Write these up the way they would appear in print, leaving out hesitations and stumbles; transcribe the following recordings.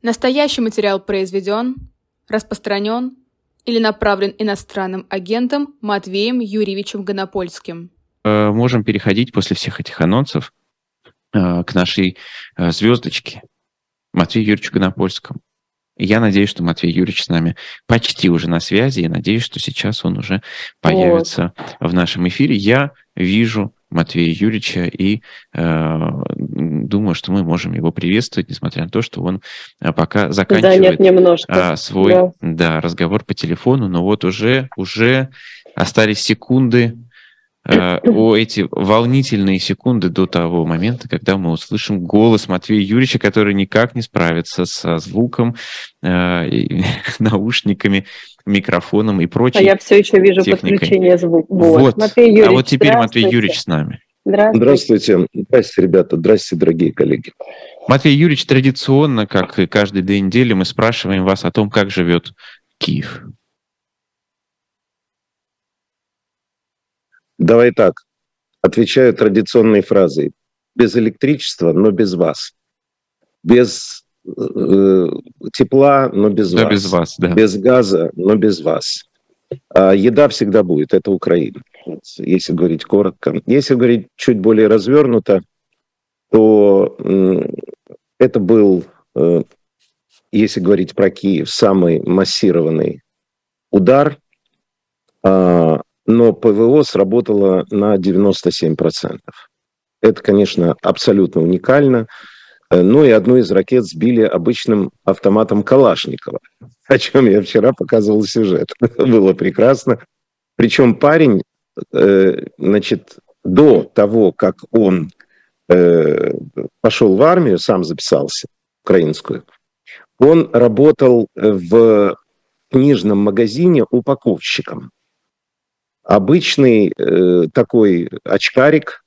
Настоящий материал произведен, распространен или направлен иностранным агентом Матвеем Юрьевичем Гонопольским. Можем переходить после всех этих анонсов к нашей звездочке Матвею Юрьевичу Гонопольскому. Я надеюсь, что Матвей Юрьевич с нами почти уже на связи, и надеюсь, что сейчас он уже появится в нашем эфире. Я вижу Матвея Юрьевича и думаю, что мы можем его приветствовать, несмотря на то, что он пока заканчивает свой разговор по телефону, но вот уже остались секунды, эти волнительные секунды до того момента, когда мы услышим голос Матвея Юрьевича, который никак не справится со звуком, наушниками, микрофоном и прочей техникой. А я все еще вижу подключение звука. Вот. А вот теперь Матвей Юрьевич с нами. Здравствуйте. Здравствуйте, ребята. Здравствуйте, дорогие коллеги. Матвей Юрьевич, традиционно, как и каждые 2 недели, мы спрашиваем вас о том, как живет Киев. Давай так. Отвечаю традиционной фразой. Без электричества, но без вас. Без тепла, но без вас. Без вас, да. Без газа, но без вас. А еда всегда будет. Это Украина. Если говорить коротко. Если говорить чуть более развернуто, то это был, если говорить про Киев, самый массированный удар, но ПВО сработало на 97%. Это, конечно, абсолютно уникально. Ну и одну из ракет сбили обычным автоматом Калашникова, о чем я вчера показывал сюжет. Было прекрасно. Причем парень, до того, как он пошел в армию, сам записался, украинскую, он работал в книжном магазине упаковщиком. Обычный такой очкарик,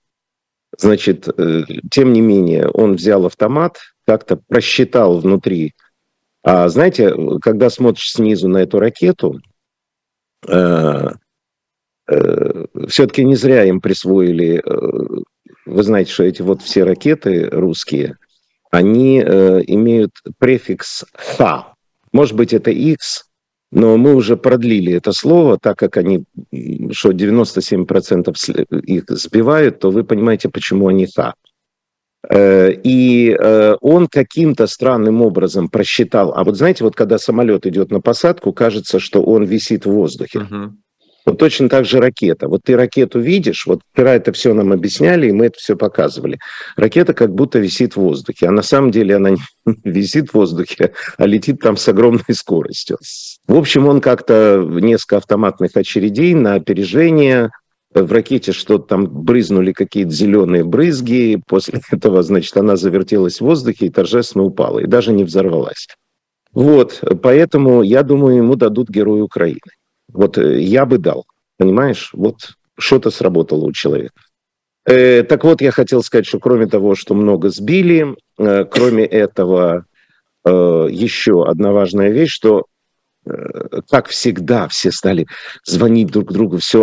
тем не менее, он взял автомат, как-то просчитал внутри. А знаете, когда смотришь снизу на эту ракету, все-таки не зря им присвоили, вы знаете, что эти вот все ракеты русские, они имеют префикс «Х». Может быть, это «X», но мы уже продлили это слово, так как они, что 97% их сбивают, то вы понимаете, почему они «Х». И он каким-то странным образом просчитал. А вот знаете, вот когда самолет идет на посадку, кажется, что он висит в воздухе. Вот точно так же ракета. Вот ты ракету видишь, вот вчера это все нам объясняли, и мы это все показывали. Ракета как будто висит в воздухе, а на самом деле она не висит в воздухе, а летит там с огромной скоростью. В общем, он как-то несколько автоматных очередей на опережение. В ракете что-то там брызнули какие-то зеленые брызги. После этого, она завертелась в воздухе и торжественно упала, и даже не взорвалась. Вот, поэтому, я думаю, ему дадут Герой Украины. Вот я бы дал, понимаешь? Вот что-то сработало у человека. Так вот, я хотел сказать, что кроме того, что много сбили, кроме этого, еще одна важная вещь, что, как всегда, все стали звонить друг другу, все,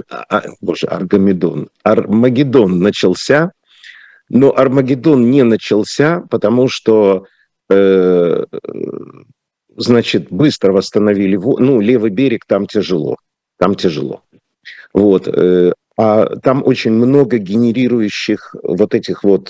Армагеддон начался, но Армагеддон не начался, потому что... быстро восстановили, левый берег, там тяжело. Вот. А там очень много генерирующих вот этих вот,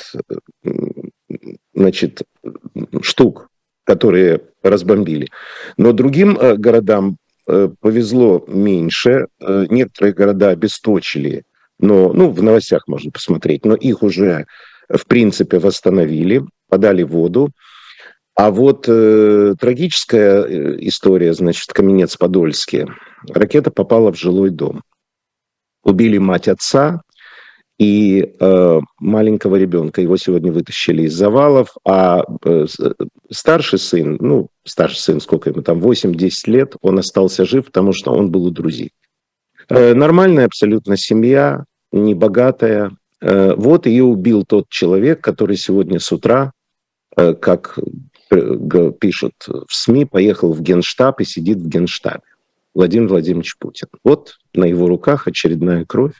штук, которые разбомбили. Но другим городам повезло меньше. Некоторые города обесточили, но, в новостях можно посмотреть, но их уже, в принципе, восстановили, подали воду. А вот трагическая история, Каменец-Подольский. Ракета попала в жилой дом. Убили мать отца и маленького ребенка. Его сегодня вытащили из завалов. А старший сын, сколько ему там, 8-10 лет, он остался жив, потому что он был у друзей. Нормальная абсолютно семья, небогатая. Вот ее убил тот человек, который сегодня с утра, как пишут в СМИ, поехал в Генштаб и сидит в Генштабе. Владимир Владимирович Путин. Вот на его руках очередная кровь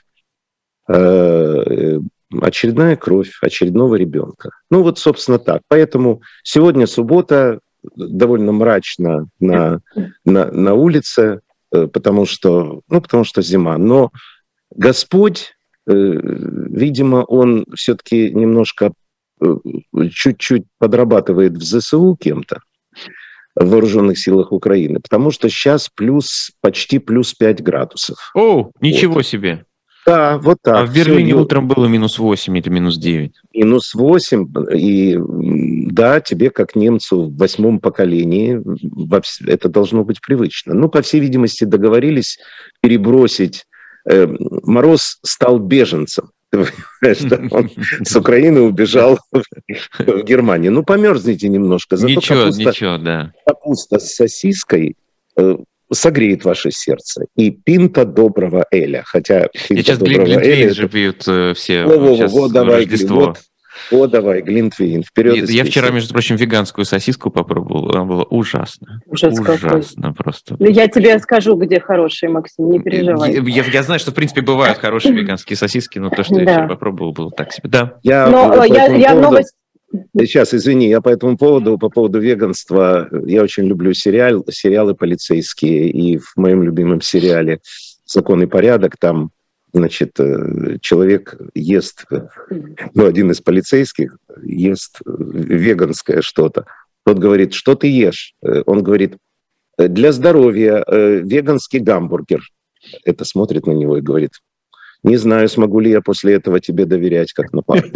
очередного ребенка. Собственно так. Поэтому сегодня суббота, довольно мрачно на улице, потому что зима. Но Господь, видимо, он все-таки немножко чуть-чуть подрабатывает в ЗСУ кем-то, в Вооруженных силах Украины, потому что сейчас почти плюс 5 градусов. О, ничего себе! Да, вот так. А в Берлине утром было минус 8 или минус 9. Минус 8, и да, тебе, как немцу в 8-м поколении, это должно быть привычно. Ну, по всей видимости, договорились перебросить. Мороз стал беженцем. Он с Украины убежал в Германию. Ну, померзните немножко. Зато ничего, да. Капуста с сосиской согреет ваше сердце. И пинта доброго эля. Хотя сейчас глинтвейн же пьют все. Вот давай, давай, глинтвейн. Вперед. Я вчера, между прочим, веганскую сосиску попробовал. Она была ужасна. Ужасно просто. Ну, я тебе скажу, где хорошие, Максим, не переживай. Я знаю, что, в принципе, бывают хорошие веганские сосиски, но то, что я вчера попробовал, было так себе. Да. Я новость... Сейчас, извини, я по поводу веганства, я очень люблю сериалы полицейские, и в моем любимом сериале «Закон и порядок» там, значит, человек ест, один из полицейских ест веганское что-то. Тот говорит, что ты ешь? Он говорит, для здоровья веганский гамбургер. Это смотрит на него и говорит, не знаю, смогу ли я после этого тебе доверять, как на пару.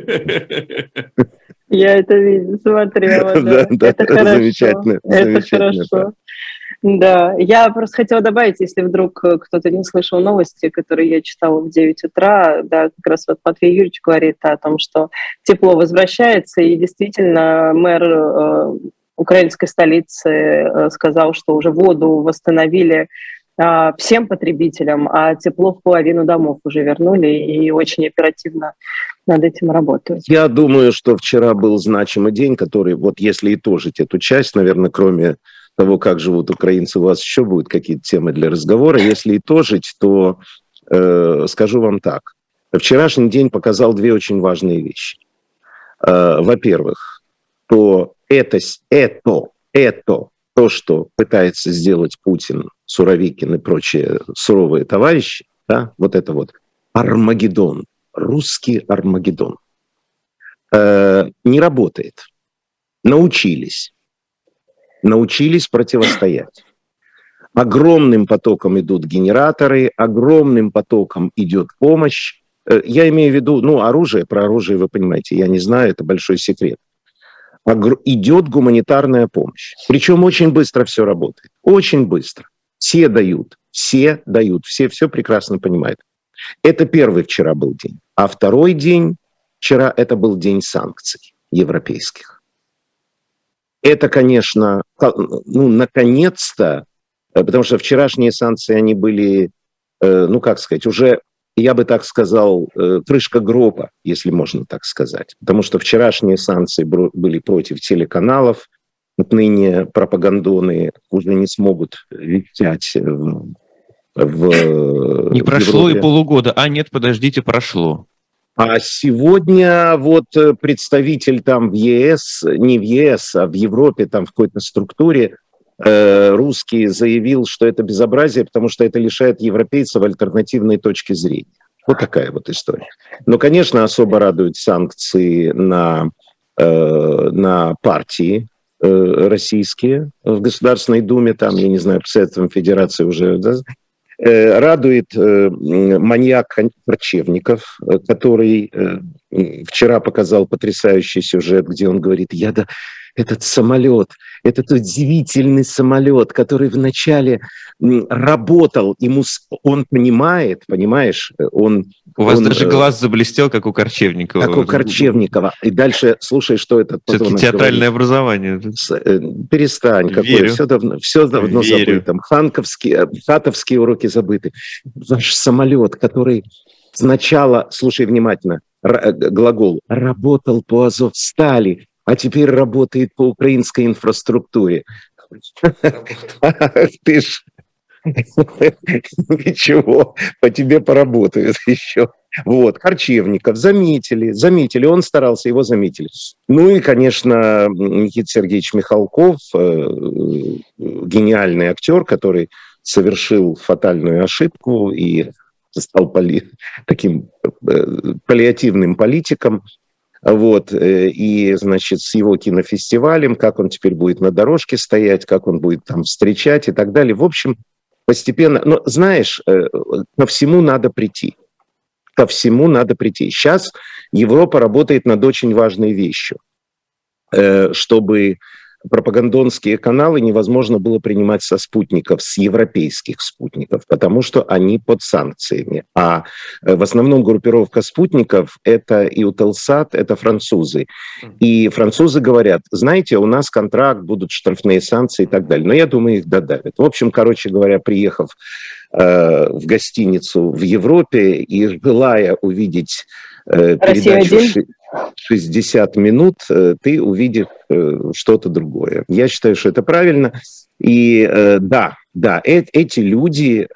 Я это смотрела, да. Это хорошо. Замечательно. Это хорошо. Да, я просто хотела добавить, если вдруг кто-то не слышал новости, которые я читала в 9 утра, да, как раз вот Матвей Юрьевич говорит о том, что тепло возвращается, и действительно мэр украинской столицы сказал, что уже воду восстановили всем потребителям, а тепло в половину домов уже вернули и очень оперативно над этим работают. Я думаю, что вчера был значимый день, который, вот если итожить эту часть, наверное, кроме того, как живут украинцы, у вас еще будут какие-то темы для разговора. Если итожить, то скажу вам так. Вчерашний день показал две очень важные вещи. Во-первых, то что пытается сделать Путин, Суровикин и прочие суровые товарищи, да, вот это вот Армагеддон, русский Армагеддон, не работает. Научились противостоять. Огромным потоком идут генераторы, огромным потоком идет помощь. Я имею в виду, оружие, про оружие вы понимаете, я не знаю, это большой секрет. Идет гуманитарная помощь. Причем очень быстро все работает. Очень быстро. Все дают, все прекрасно понимают. Это первый вчера был день. А второй день вчера это был день санкций европейских. Это, конечно, наконец-то, потому что вчерашние санкции, они были, уже, я бы так сказал, крышка гроба, если можно так сказать. Потому что вчерашние санкции были против телеканалов, отныне пропагандоны уже не смогут вещать Не прошло и полугода. Нет, подождите, прошло. А сегодня вот представитель там в ЕС, не в ЕС, а в Европе, там в какой-то структуре, русский заявил, что это безобразие, потому что это лишает европейцев альтернативной точки зрения. Вот такая вот история. Но, конечно, особо радуют санкции на партии российские в Государственной Думе, там, я не знаю, Председателем Федерации уже, да? Радует маньяк Корчевников, который вчера показал потрясающий сюжет, где он говорит, этот самолет, этот удивительный самолет, который вначале работал, он понимает, понимаешь, у вас даже глаз заблестел, как у Корчевникова. Как у Корчевникова. И дальше, слушай, что этот все-таки театральное образование. Перестань, какое, все давно забыто. Хатовские уроки забыты. Ваш самолет, который сначала, слушай внимательно, глагол, работал по Азовстали, а теперь работает по украинской инфраструктуре. Ты ж... Ничего, по тебе поработают еще. Вот, Корчевников заметили, он старался, его заметили. Ну и, конечно, Никита Сергеевич Михалков, гениальный актер, который совершил фатальную ошибку и стал таким паллиативным политиком. Вот, и, значит, с его кинофестивалем, как он теперь будет на дорожке стоять, как он будет там встречать и так далее. В общем, постепенно, но знаешь, ко всему надо прийти. Ко всему надо прийти. Сейчас Европа работает над очень важной вещью, чтобы пропагандонские каналы невозможно было принимать со спутников, с европейских спутников, потому что они под санкциями. А в основном группировка спутников – это Eutelsat, это французы. И французы говорят, знаете, у нас контракт, будут штрафные санкции и так далее. Но я думаю, их додавят. В общем, короче говоря, приехав в гостиницу в Европе и желая увидеть передачу 60 минут, ты увидишь что-то другое. Я считаю, что это правильно. И да, эти люди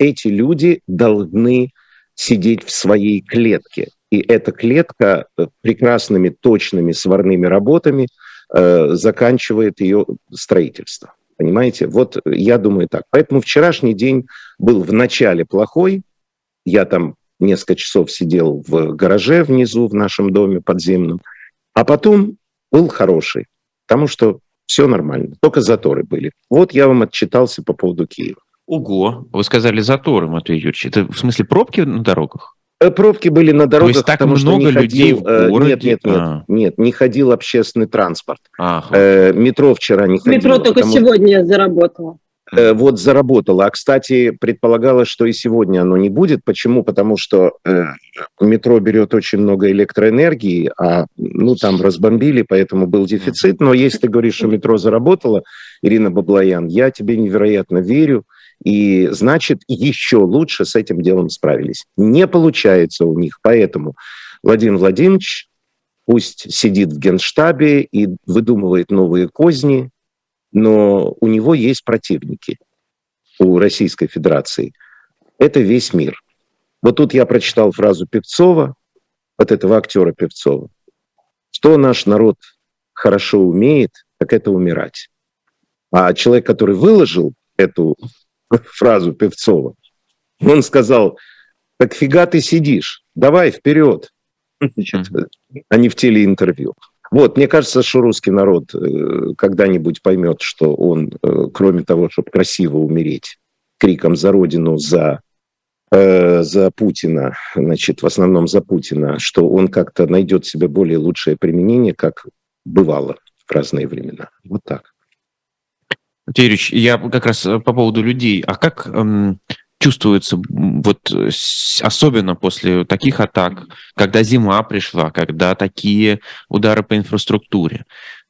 должны сидеть в своей клетке. И эта клетка прекрасными, точными сварными работами заканчивает ее строительство. Понимаете? Вот я думаю так. Поэтому вчерашний день был вначале плохой. Я там несколько часов сидел в гараже внизу в нашем доме подземном. А потом был хороший, потому что все нормально. Только заторы были. Вот я вам отчитался по поводу Киева. Ого! Вы сказали заторы, Матвей Юрьевич. Это в смысле пробки на дорогах? Пробки были на дорогах, то есть так потому много что не людей ходил, в городе? Нет, не ходил общественный транспорт. Ага. Метро вчера не ходило. Метро только сегодня заработало. Вот заработало. А, кстати, предполагалось, что и сегодня оно не будет. Почему? Потому что метро берет очень много электроэнергии, а там разбомбили, поэтому был дефицит. Но если ты говоришь, что метро заработало, Ирина Баблоян, я тебе невероятно верю. И, значит, еще лучше с этим делом справились. Не получается у них. Поэтому Владимир Владимирович пусть сидит в Генштабе и выдумывает новые козни, но у него есть противники, у Российской Федерации. Это весь мир. Вот тут я прочитал фразу Певцова, вот этого актера Певцова. Что наш народ хорошо умеет, так это умирать. А человек, который выложил эту фразу Певцова, он сказал, так фига ты сидишь, давай вперед. А не в телеинтервью. Вот, мне кажется, что русский народ когда-нибудь поймет, что он, кроме того, чтобы красиво умереть криком за Родину, за Путина, значит, в основном за Путина, что он как-то найдет себе более лучшее применение, как бывало в разные времена. Вот так. Матвей Юрьевич, я как раз по поводу людей. А как чувствуется, вот особенно после таких атак, когда зима пришла, когда такие удары по инфраструктуре,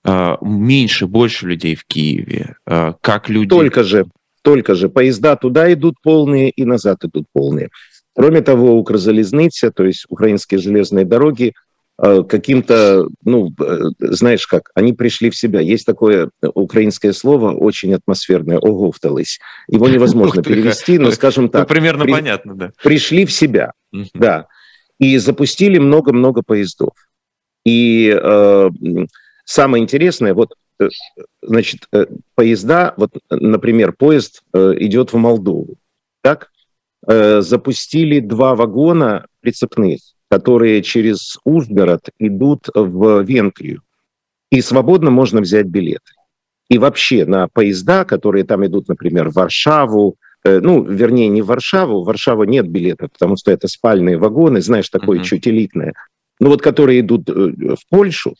больше людей в Киеве, как люди... Только же. Поезда туда идут полные и назад идут полные. Кроме того, Укрзалізниця, то есть украинские железные дороги, каким-то, знаешь как, они пришли в себя. Есть такое украинское слово, очень атмосферное, оговтались. Его невозможно перевести, но, скажем так... Примерно понятно, да. Пришли в себя, да. И запустили много-много поездов. И самое интересное, значит, поезда, например, поезд идет в Молдову, так? Запустили 2 вагона прицепных, которые через Ужгород идут в Венгрию. И свободно можно взять билеты. И вообще на поезда, которые там идут, например, в Варшаву, вернее, не в Варшаву, в Варшаву нет билетов, потому что это спальные вагоны, знаешь, такое чуть элитное. Которые идут в Польшу,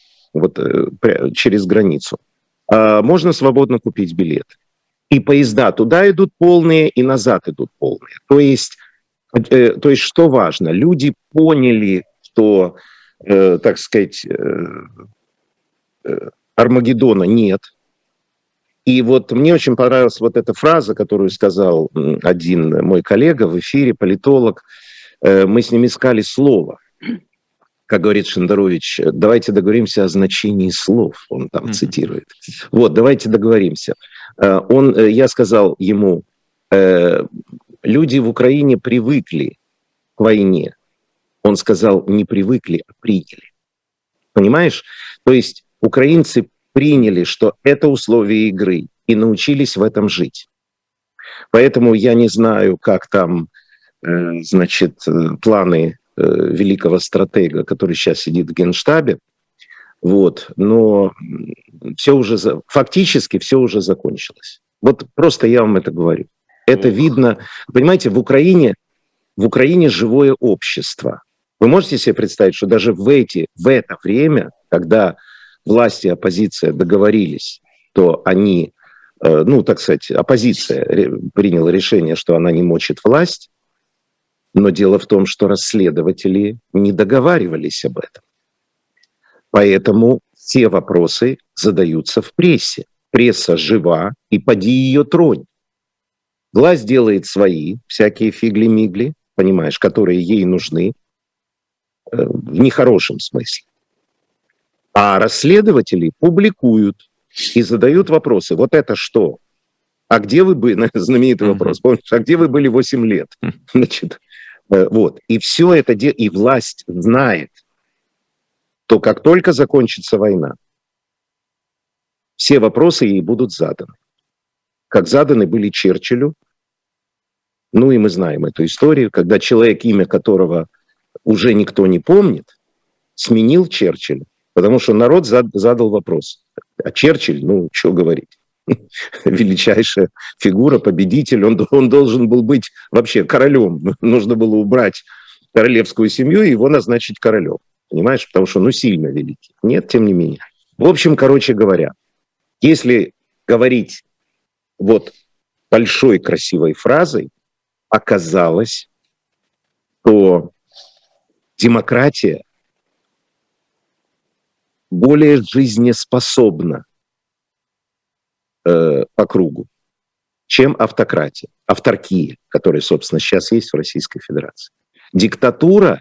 через границу, можно свободно купить билет. И поезда туда идут полные, и назад идут полные. То есть, что важно? Люди поняли, что, так сказать, Армагеддона нет. И мне очень понравилась эта фраза, которую сказал один мой коллега в эфире, политолог. Мы с ним искали слово. Как говорит Шендерович, давайте договоримся о значении слов, он там цитирует. Давайте договоримся. Я сказал ему, люди в Украине привыкли к войне, Он сказал, не привыкли, а приняли. Понимаешь? То есть украинцы приняли, что это условия игры, и научились в этом жить. Поэтому я не знаю, как там, планы великого стратега, который сейчас сидит в Генштабе, вот, но фактически все уже закончилось. Вот просто я вам это говорю. Это видно, понимаете, в Украине живое общество. Вы можете себе представить, что даже в это время, когда власть и оппозиция договорились, то они, оппозиция приняла решение, что она не мочит власть, но дело в том, что расследователи не договаривались об этом. Поэтому все вопросы задаются в прессе. Пресса жива, и поди ее тронь. Власть делает свои всякие фигли-мигли, понимаешь, которые ей нужны, в нехорошем смысле. А расследователи публикуют и задают вопросы. Вот это что? А где вы были? Знаменитый вопрос. Помнишь, а где вы были 8 лет? Значит, вот. И все это, и власть знает, то как только закончится война, все вопросы ей будут заданы. Как заданы были Черчиллю. Ну и мы знаем эту историю, когда человек, имя которого уже никто не помнит, сменил Черчилля, потому что народ задал вопрос. А Черчилль, что говорить, величайшая фигура, победитель, он должен был быть вообще королем. Нужно было убрать королевскую семью и его назначить королем. Понимаешь, потому что, сильно великий. Нет, тем не менее. В общем, короче говоря, если говорить вот большой красивой фразой, оказалось, что демократия более жизнеспособна по кругу, чем автократия, авторкия, которая, собственно, сейчас есть в Российской Федерации. Диктатура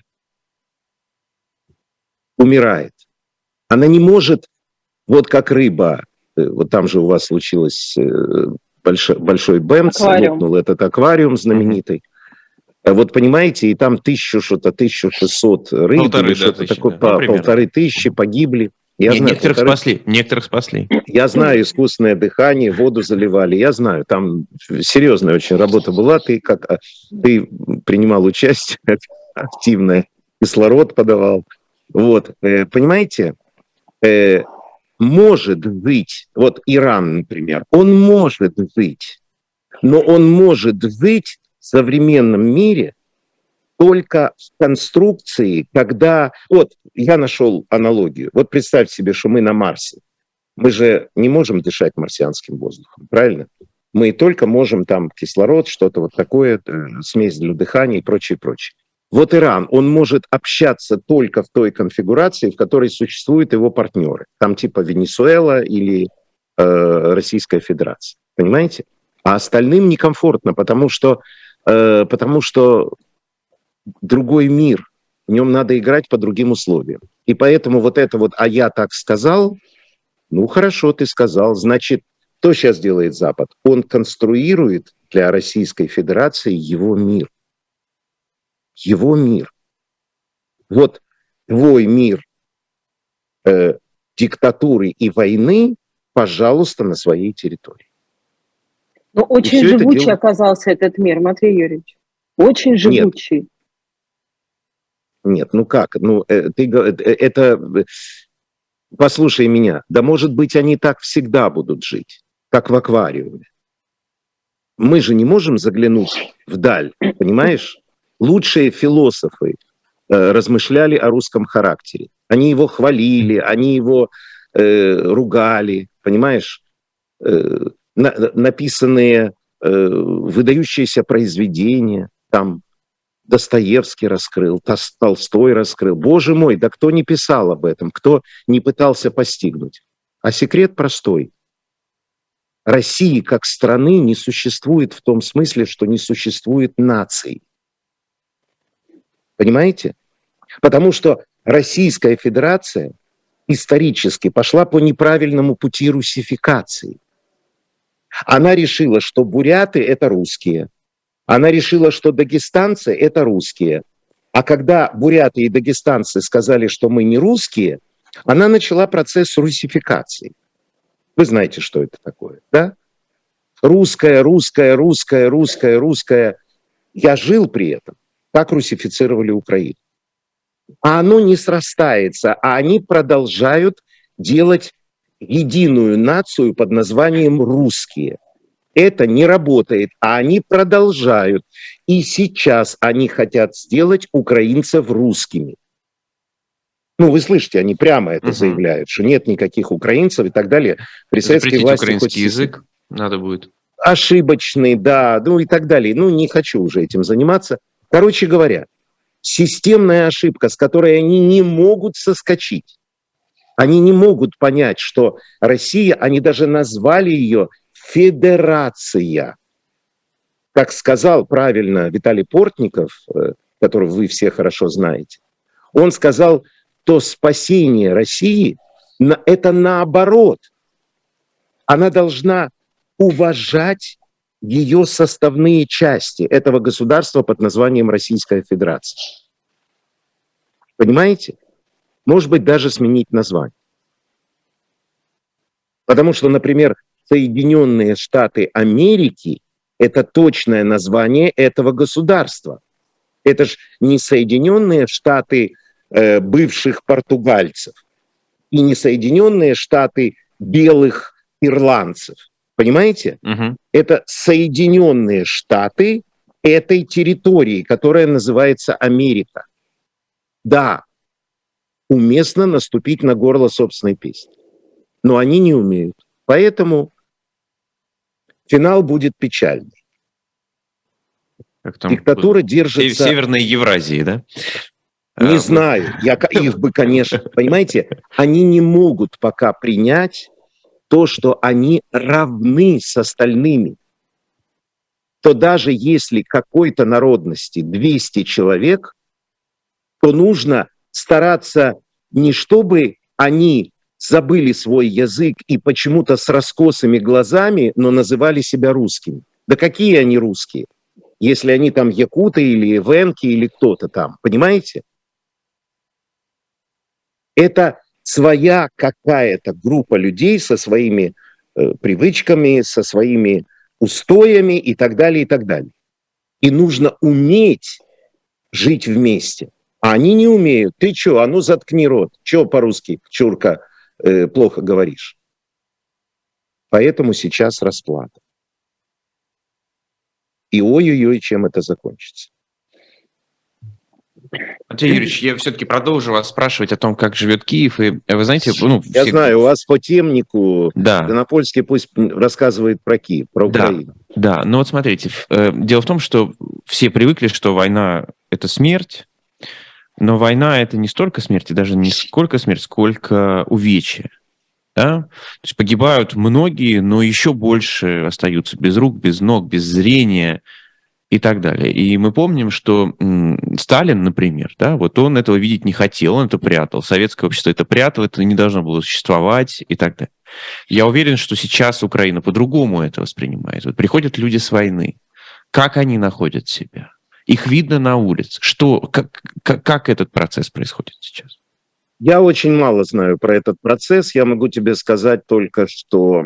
умирает. Она не может, вот как рыба, вот там же у вас случилось большой бэмс, лопнул этот аквариум знаменитый. Вот понимаете, и там 1600 рыб, полторы тысячи погибли. Некоторых спасли. Я знаю, искусственное дыхание, воду заливали, я знаю, там серьезная очень работа была, ты принимал участие активное, кислород подавал. Вот, понимаете, может быть, вот Иран, например, он может быть, но он может быть в современном мире только в конструкции, когда... Вот, я нашел аналогию. Вот представь себе, что мы на Марсе. Мы же не можем дышать марсианским воздухом, правильно? Мы только можем там кислород, что-то вот такое, смесь для дыхания и прочее, прочее. Вот Иран, он может общаться только в той конфигурации, в которой существуют его партнеры. Там типа Венесуэла или Российская Федерация. Понимаете? А остальным некомфортно, потому что другой мир, в нем надо играть по другим условиям. И поэтому вот это вот «а я так сказал», хорошо, ты сказал, значит, что сейчас делает Запад? Он конструирует для Российской Федерации его мир. Его мир. Вот твой мир диктатуры и войны, пожалуйста, на своей территории. Но очень живучий оказался этот мир, Матвей Юрьевич. Очень живучий. Нет, как? Послушай меня. Да, может быть, они так всегда будут жить, как в аквариуме. Мы же не можем заглянуть вдаль, понимаешь? Лучшие философы размышляли о русском характере. Они его хвалили, они его ругали, понимаешь? Написанные выдающиеся произведения, там Достоевский раскрыл, Толстой раскрыл. Боже мой, да кто не писал об этом, кто не пытался постигнуть? А секрет простой. России как страны не существует в том смысле, что не существует наций. Понимаете? Потому что Российская Федерация исторически пошла по неправильному пути русификации. Она решила, что буряты – это русские. Она решила, что дагестанцы – это русские. А когда буряты и дагестанцы сказали, что мы не русские, она начала процесс русификации. Вы знаете, что это такое, да? Русская, русская, русская, русская, русская. Я жил при этом. Так русифицировали Украину. А оно не срастается, а они продолжают делать единую нацию под названием «русские». Это не работает, а они продолжают. И сейчас они хотят сделать украинцев русскими. Ну, вы слышите, они прямо это заявляют, что нет никаких украинцев и так далее. При советской власти украинский язык надо будет. Ошибочный, да, ну и так далее. Ну, не хочу уже этим заниматься. Короче говоря, системная ошибка, с которой они не могут соскочить. Они не могут понять, что Россия, они даже назвали ее федерация. Как сказал правильно Виталий Портников, которого вы все хорошо знаете, он сказал, то спасение России – это наоборот. Она должна уважать ее составные части этого государства под названием Российская Федерация. Понимаете? Может быть, даже сменить название. Потому что, например, Соединенные Штаты Америки – это точное название этого государства. Это же не Соединенные Штаты бывших португальцев и не Соединенные Штаты белых ирландцев. Понимаете? Это Соединенные Штаты этой территории, которая называется Америка. Да, уместно наступить на горло собственной песни. Но они не умеют. Поэтому финал будет печальный. Диктатура держится... В Северной Евразии, да? Не знаю. Их бы, конечно... Понимаете, они не могут пока принять то, что они равны с остальными. То даже если какой-то народности 200 человек, то нужно стараться не чтобы они забыли свой язык и почему-то с раскосыми глазами, но называли себя русскими. Да какие они русские? Если они там якуты или эвенки или кто-то там. Понимаете? Это своя какая-то группа людей со своими привычками, со своими устоями и так далее, и так далее. И нужно уметь жить вместе. А они не умеют. Ты что, а ну заткни рот. Чего по-русски, чурка, плохо говоришь? Поэтому сейчас расплата. И ой-ой-ой, чем это закончится. Андрей Юрьевич, я все-таки продолжу вас спрашивать о том, как живет Киев. И вы знаете, я знаю, у вас по темнику Гонопольский пусть рассказывает про Киев, про Украину. Да, но вот смотрите, дело в том, что все привыкли, что война – это смерть, но война – это не столько смерти, даже не сколько смерть, сколько увечья. Да? То есть погибают многие, но еще больше остаются без рук, без ног, без зрения и так далее. И мы помним, что Сталин, например, да, вот он этого видеть не хотел, он это прятал. Советское общество это прятало, это не должно было существовать и так далее. Я уверен, что сейчас Украина по-другому это воспринимает. Вот приходят люди с войны. Как они находят себя? Их видно на улице. Как этот процесс происходит сейчас? Я очень мало знаю про этот процесс. Я могу тебе сказать только, что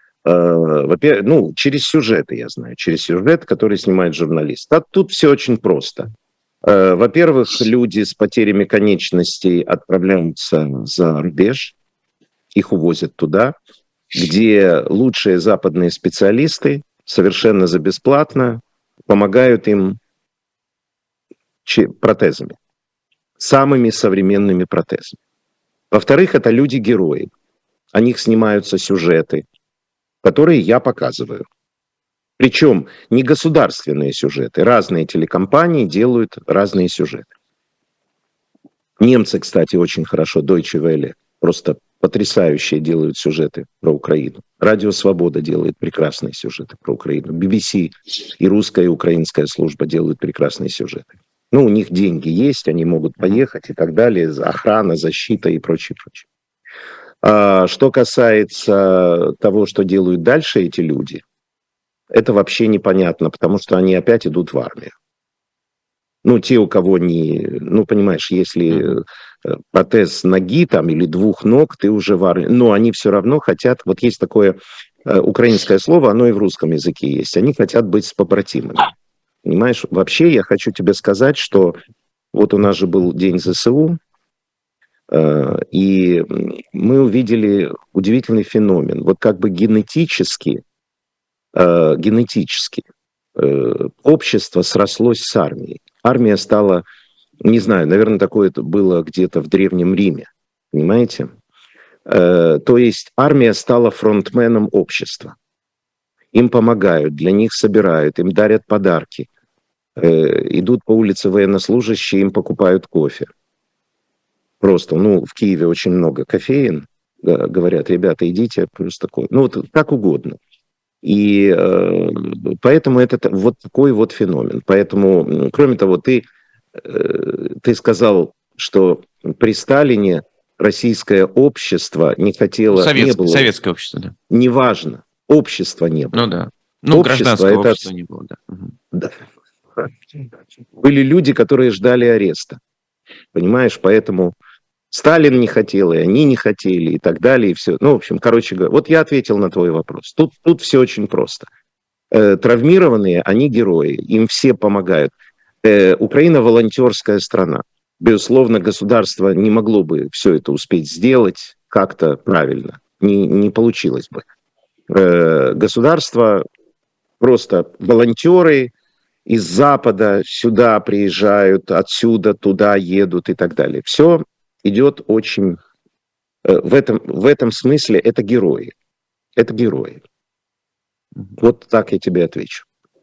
через сюжеты я знаю, через сюжет, который снимает журналист. А тут все очень просто. Во-первых, люди с потерями конечностей отправляются за рубеж, их увозят туда, где лучшие западные специалисты совершенно за бесплатно помогают им протезами, самыми современными протезами. Во-вторых, это люди-герои. О них снимаются сюжеты, которые я показываю. Причем не государственные сюжеты. Разные телекомпании делают разные сюжеты. Немцы, кстати, очень хорошо, Deutsche Welle, просто потрясающие делают сюжеты про Украину. Радио «Свобода» делает прекрасные сюжеты про Украину. BBC и русская, и украинская служба делают прекрасные сюжеты. Ну, у них деньги есть, они могут поехать и так далее, охрана, защита и прочее, прочее. Что касается того, что делают дальше эти люди, это вообще непонятно, потому что они опять идут в армию. Ну, те, у кого не... Ну, понимаешь, если протез ноги там или двух ног, ты уже в армии. Но они все равно хотят... Вот есть такое украинское слово, оно и в русском языке есть. Они хотят быть с побратимами. Понимаешь? Вообще, я хочу тебе сказать, что вот у нас же был День ЗСУ, и мы увидели удивительный феномен. Вот как бы генетически общество срослось с армией. Армия стала, не знаю, наверное, такое это было где-то в Древнем Риме, понимаете? То есть армия стала фронтменом общества. Им помогают, для них собирают, им дарят подарки. Идут по улице военнослужащие, им покупают кофе. Просто, ну, в Киеве очень много кофеин, говорят, ребята, идите, плюс такое. Ну, вот как угодно. И поэтому это вот такой вот феномен. Поэтому, кроме того, ты сказал, что при Сталине российское общество не хотело... Советское общество, да. Неважно, общества не было. Ну да. Ну, гражданского общества не было, да. Да. Были люди, которые ждали ареста. Понимаешь, поэтому Сталин не хотел, и они не хотели, и так далее, и все. Ну, в общем, короче говоря, вот я ответил на твой вопрос. Тут все очень просто. Травмированные, они герои, им все помогают. Украина волонтерская страна. Безусловно, государство не могло бы все это успеть сделать как-то правильно. Не получилось бы. Государство просто волонтеры из Запада сюда приезжают, отсюда туда едут и так далее. Все идет очень... В этом смысле это герои. Это герои. Вот так я тебе отвечу.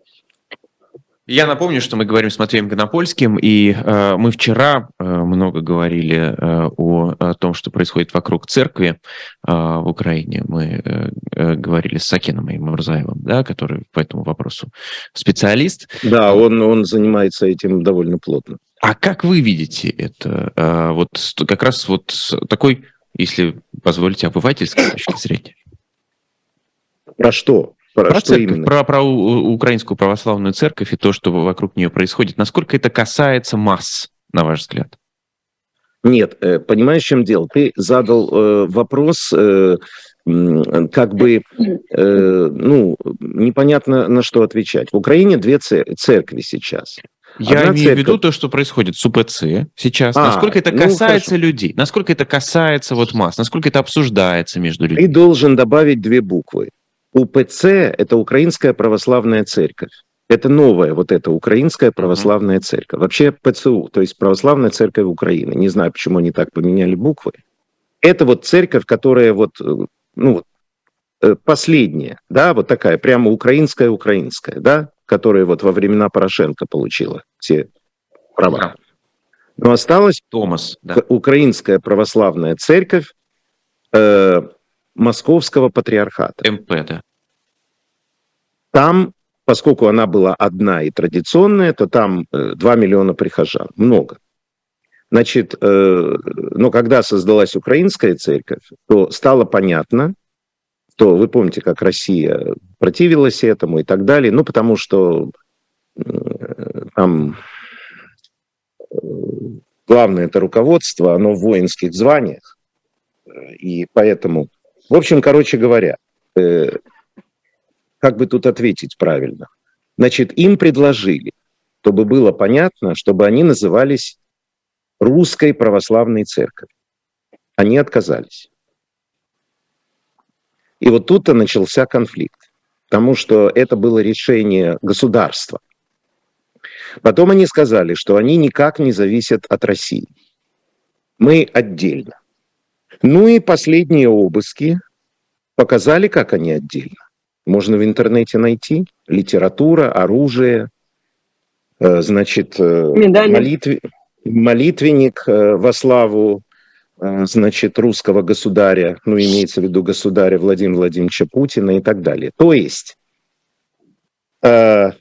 Я напомню, что мы говорим с Матвеем Гонопольским, и мы вчера много говорили о том, что происходит вокруг церкви в Украине. Мы говорили с Сакеном и Мурзаевым, да, который по этому вопросу специалист. Да, он занимается этим довольно плотно. А как вы видите это? Вот как раз вот с такой, если позволите, обывательской точки зрения. Про что? Про церковь, про украинскую православную церковь и то, что вокруг нее происходит. Насколько это касается масс, на ваш взгляд? Нет, понимаешь, в чем дело? Ты задал вопрос, как бы, ну, непонятно на что отвечать. В Украине две церкви сейчас. Я имею в виду то, что происходит с УПЦ сейчас. Насколько это касается людей? Насколько это касается вот масс? Насколько это обсуждается между людьми? Ты должен добавить две буквы. УПЦ – это Украинская православная церковь. Это новая вот эта Украинская православная церковь. Вообще ПЦУ, то есть Православная церковь Украины. Не знаю, почему они так поменяли буквы. Это вот церковь, которая вот, ну, последняя, да, вот такая, прямо украинская, да, которая вот во времена Порошенко получила все права. Но осталась Украинская православная церковь Московского патриархата. МП, да. Там, поскольку она была одна и традиционная, то там 2 миллиона прихожан. Много. Значит, но когда создалась Украинская церковь, то стало понятно, что вы помните, как Россия противилась этому и так далее, ну, потому что там главное это руководство, оно в воинских званиях, и поэтому... В общем, короче говоря, как бы тут ответить правильно? Значит, им предложили, чтобы было понятно, чтобы они назывались Русской Православной Церковью. Они отказались. И вот тут-то начался конфликт, потому что это было решение государства. Потом они сказали, что они никак не зависят от России. Мы отдельно. Ну и последние обыски показали, как они отдельно. Можно в интернете найти. Литература, оружие, значит, молитвенник во славу, значит, русского государя, ну, имеется в виду государя Владимира Владимировича Путина и так далее. То есть, да,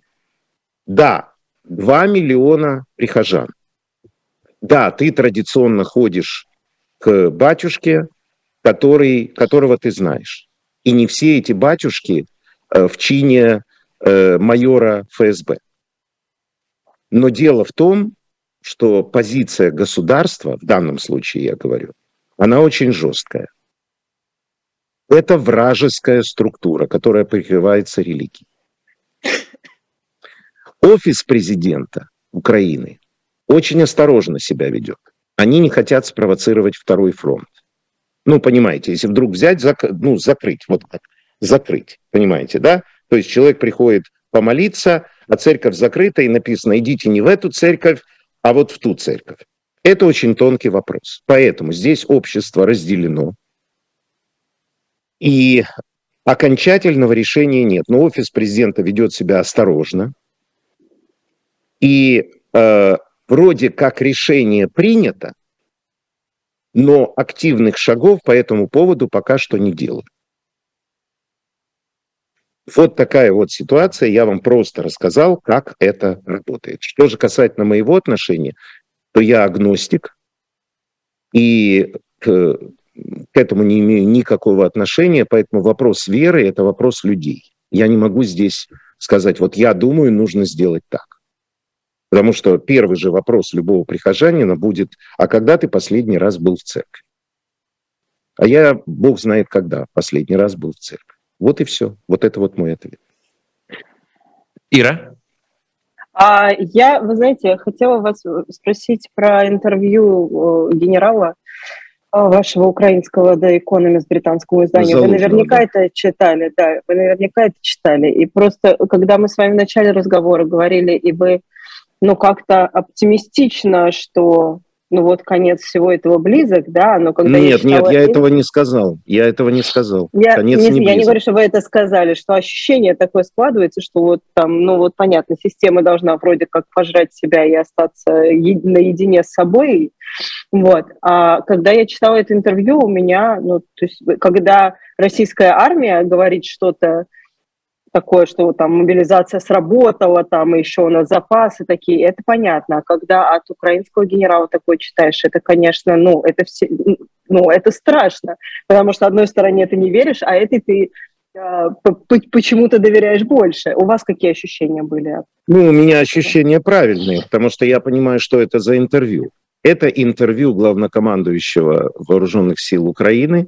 2 миллиона прихожан. Да, ты традиционно ходишь к батюшке, которого ты знаешь. И не все эти батюшки в чине майора ФСБ. Но дело в том, что позиция государства, в данном случае я говорю, она очень жесткая. Это вражеская структура, которая прикрывается религией. Офис президента Украины очень осторожно себя ведет. Они не хотят спровоцировать второй фронт. Ну, понимаете, если вдруг взять, закрыть, вот так, закрыть, понимаете, да? То есть человек приходит помолиться, а церковь закрыта, и написано, идите не в эту церковь, а вот в ту церковь. Это очень тонкий вопрос. Поэтому здесь общество разделено, и окончательного решения нет. Но офис президента ведет себя осторожно, и вроде как решение принято, но активных шагов по этому поводу пока что не делают. Вот такая вот ситуация. Я вам просто рассказал, как это работает. Что же касательно моего отношения, то я агностик, и к этому не имею никакого отношения, поэтому вопрос веры – это вопрос людей. Я не могу здесь сказать, вот я думаю, нужно сделать так. Потому что первый же вопрос любого прихожанина будет, а когда ты последний раз был в церкви? А я, Бог знает когда, последний раз был в церкви. Вот и все. Вот это вот мой ответ. Ира? Я, вы знаете, хотела вас спросить про интервью генерала вашего украинского The Economist британского издания. Залужного, вы наверняка это читали, да, вы наверняка это читали. И просто, когда мы с вами в начале разговора говорили, и вы как-то оптимистично, что вот конец всего этого близок, да, но когда я этого не сказал. Я этого не сказал. Конец не близок. Я не говорю, что вы это сказали, что ощущение такое складывается, что вот там, понятно, система должна вроде как пожрать себя и остаться наедине с собой. Вот. А когда я читала это интервью, у меня, то есть, когда российская армия говорит что-то такое, что там мобилизация сработала, там еще у нас запасы такие, это понятно. А когда от украинского генерала такое читаешь, это, конечно, это страшно, потому что, с одной стороны, ты не веришь, а этой ты почему-то доверяешь больше. У вас какие ощущения были? У меня ощущения правильные, потому что я понимаю, что это за интервью. Это интервью главнокомандующего Вооруженных сил Украины,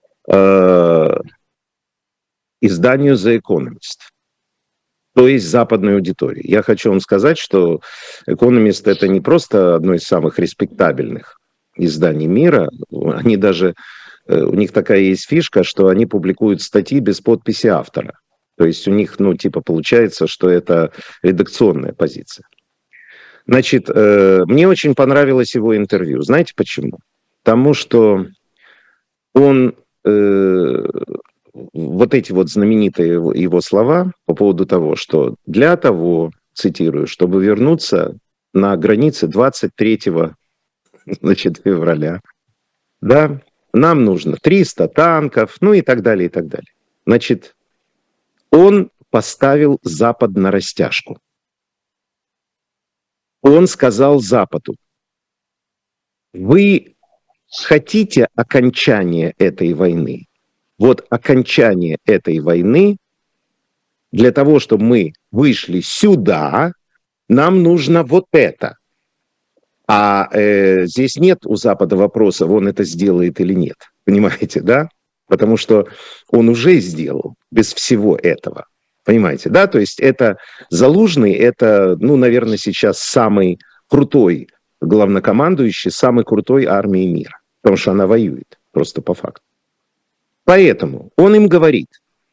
изданию The Economist, то есть западной аудитории. Я хочу вам сказать, что Economist – это не просто одно из самых респектабельных изданий мира, они даже, у них такая есть фишка, что они публикуют статьи без подписи автора. То есть у них, получается, что это редакционная позиция. Значит, мне очень понравилось его интервью. Знаете почему? Потому что он... вот эти вот знаменитые его слова по поводу того, что для того, цитирую, чтобы вернуться на границы 23 февраля, да, нам нужно 300 танков, и так далее, и так далее. Значит, он поставил Запад на растяжку. Он сказал Западу, вы хотите окончания этой войны? Вот окончание этой войны, для того, чтобы мы вышли сюда, нам нужно вот это. А здесь нет у Запада вопроса, он это сделает или нет. Понимаете, да? Потому что он уже сделал без всего этого. Понимаете, да? То есть это Залужный, это, наверное, сейчас самый крутой главнокомандующий, самой крутой армии мира. Потому что она воюет, просто по факту. Поэтому он им говорит,